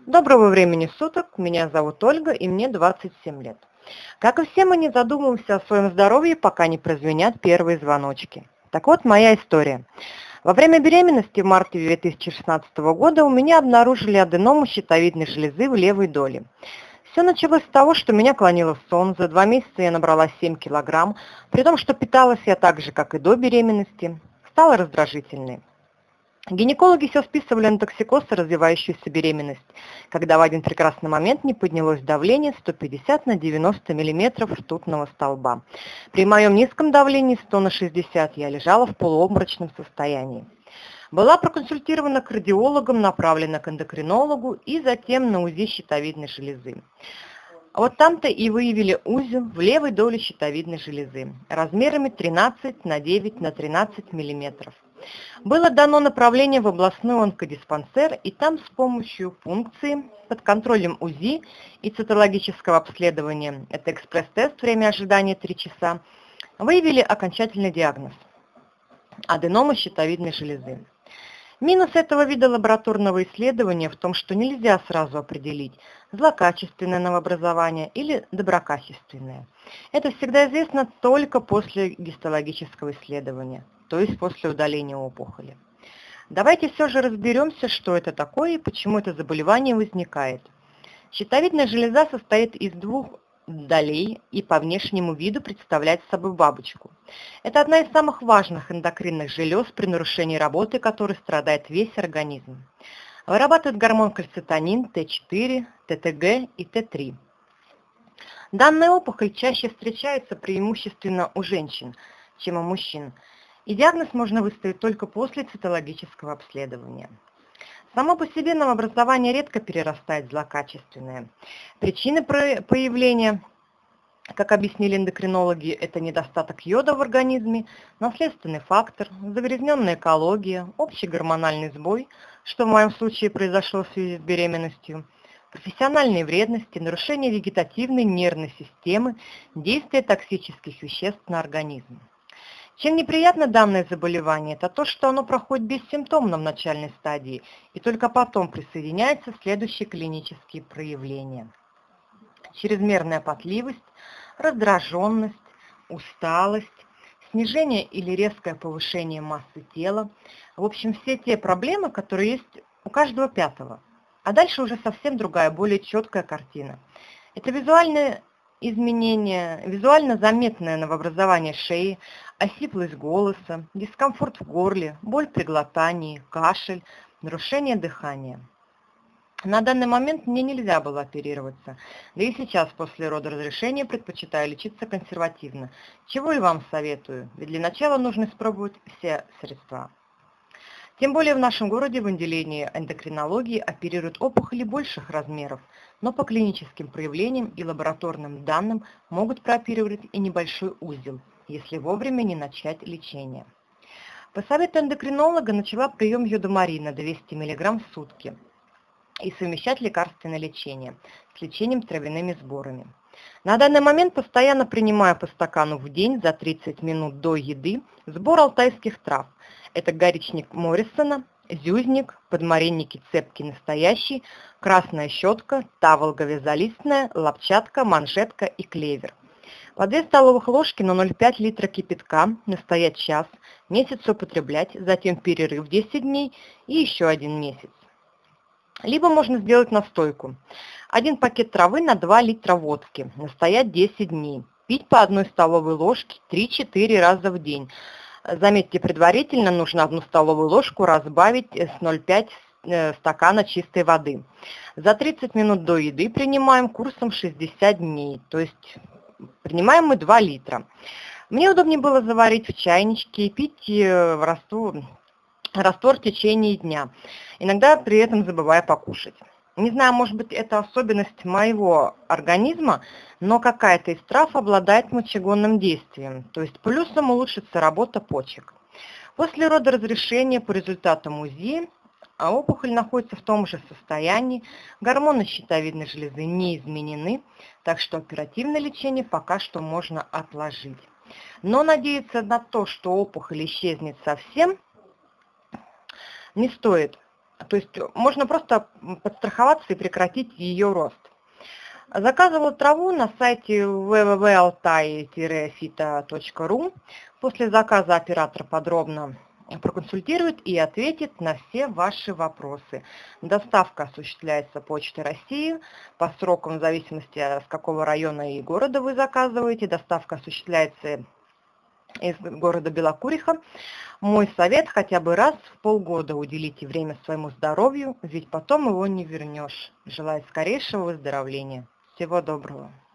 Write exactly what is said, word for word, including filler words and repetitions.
Доброго времени суток, меня зовут Ольга и мне двадцать семь лет. Как и все, мы не задумываемся о своем здоровье, пока не прозвенят первые звоночки. Так вот, моя история. Во время беременности в марте две тысячи шестнадцатого года у меня обнаружили аденому щитовидной железы в левой доле. Все началось с того, что меня клонило в сон. За два месяца я набрала семь килограмм, при том, что питалась я так же, как и до беременности. Стала раздражительной. Гинекологи все списывали на токсикоз и развивающуюся беременность, когда в один прекрасный момент не поднялось давление сто пятьдесят на девяносто миллиметров ртутного столба. При моем низком давлении сто на шестьдесят я лежала в полуобморочном состоянии. Была проконсультирована кардиологом, направлена к эндокринологу и затем на УЗИ щитовидной железы. Вот там-то и выявили узел в левой доле щитовидной железы размерами тринадцать на девять на тринадцать миллиметров. Было дано направление в областной онкодиспансер, и там с помощью функции под контролем УЗИ и цитологического обследования, это экспресс-тест, время ожидания три часа, выявили окончательный диагноз – аденома щитовидной железы. Минус этого вида лабораторного исследования в том, что нельзя сразу определить, злокачественное новообразование или доброкачественное. Это всегда известно только после гистологического исследования, то есть после удаления опухоли. Давайте все же разберемся, что это такое и почему это заболевание возникает. Щитовидная железа состоит из двух долей и по внешнему виду представляет собой бабочку. Это одна из самых важных эндокринных желез, при нарушении работы которой страдает весь организм. Вырабатывает гормон кальцитонин, Т четыре, Т Т Г и Т три. Данная опухоль чаще встречается преимущественно у женщин, чем у мужчин, и диагноз можно выставить только после цитологического обследования. Само по себе новообразование редко перерастает в злокачественное. Причины появления, как объяснили эндокринологи, это недостаток йода в организме, наследственный фактор, загрязненная экология, общий гормональный сбой, что в моем случае произошло в связи с беременностью, профессиональные вредности, нарушение вегетативной нервной системы, действие токсических веществ на организм. Чем неприятно данное заболевание, это то, что оно проходит бессимптомно в начальной стадии и только потом присоединяются следующие клинические проявления. Чрезмерная потливость, раздраженность, усталость, снижение или резкое повышение массы тела. В общем, все те проблемы, которые есть у каждого пятого. А дальше уже совсем другая, более четкая картина. Это визуальное изменение, визуально заметное новообразование шеи, осиплость голоса, дискомфорт в горле, боль при глотании, кашель, нарушение дыхания. На данный момент мне нельзя было оперироваться, да и сейчас после родоразрешения предпочитаю лечиться консервативно, чего и вам советую, ведь для начала нужно испробовать все средства. Тем более в нашем городе в отделении эндокринологии оперируют опухоли больших размеров, но по клиническим проявлениям и лабораторным данным могут прооперировать и небольшой узел, если вовремя не начать лечение. По совету эндокринолога начала прием йодомарина двести миллиграмм в сутки и совмещать лекарственное лечение с лечением травяными сборами. На данный момент постоянно принимаю по стакану в день за тридцать минут до еды сбор алтайских трав. Это горичник Моррисона, зюзник, подмаренники цепкий настоящий, красная щетка, таволга вязолистная, лапчатка, манжетка и клевер. По две столовых ложки на ноль целых пять десятых литра кипятка, настоять час, месяц употреблять, затем перерыв десять дней и еще один месяц. Либо можно сделать настойку. Один пакет травы на два литра водки, настоять десять дней. Пить по одной столовой ложке три-четыре раза в день. Заметьте, предварительно нужно одну столовую ложку разбавить с ноль целых пять десятых стакана чистой воды. За тридцать минут до еды принимаем курсом шестьдесят дней, то есть принимаем мы два литра. Мне удобнее было заварить в чайничке и пить в раствор, раствор в течение дня, иногда при этом забывая покушать. Не знаю, может быть, это особенность моего организма, но какая-то из трав обладает мочегонным действием, то есть плюсом улучшится работа почек. После родоразрешения по результатам УЗИ опухоль находится в том же состоянии, гормоны щитовидной железы не изменены, так что оперативное лечение пока что можно отложить. Но надеяться на то, что опухоль исчезнет совсем, не стоит. То есть можно просто подстраховаться и прекратить ее рост. Заказывала траву на сайте дабл ю дабл ю дабл ю точка алтай фито точка ру. После заказа оператор подробно проконсультирует и ответит на все ваши вопросы. Доставка осуществляется Почтой России по срокам в зависимости от с какого района и города вы заказываете. Доставка осуществляется из города Белокуриха. Мой совет: хотя бы раз в полгода уделите время своему здоровью, ведь потом его не вернешь. Желаю скорейшего выздоровления. Всего доброго.